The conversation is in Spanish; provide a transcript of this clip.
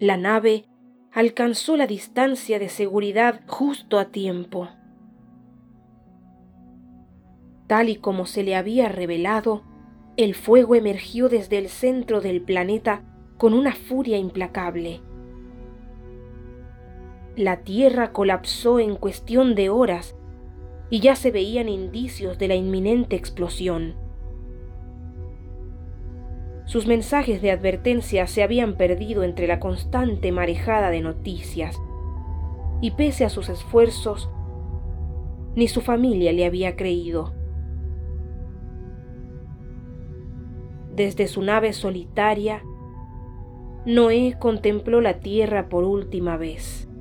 La nave alcanzó la distancia de seguridad justo a tiempo. Tal y como se le había revelado, el fuego emergió desde el centro del planeta con una furia implacable. La Tierra colapsó en cuestión de horas y ya se veían indicios de la inminente explosión. Sus mensajes de advertencia se habían perdido entre la constante marejada de noticias, y pese a sus esfuerzos, ni su familia le había creído. Desde su nave solitaria, Noé contempló la tierra por última vez.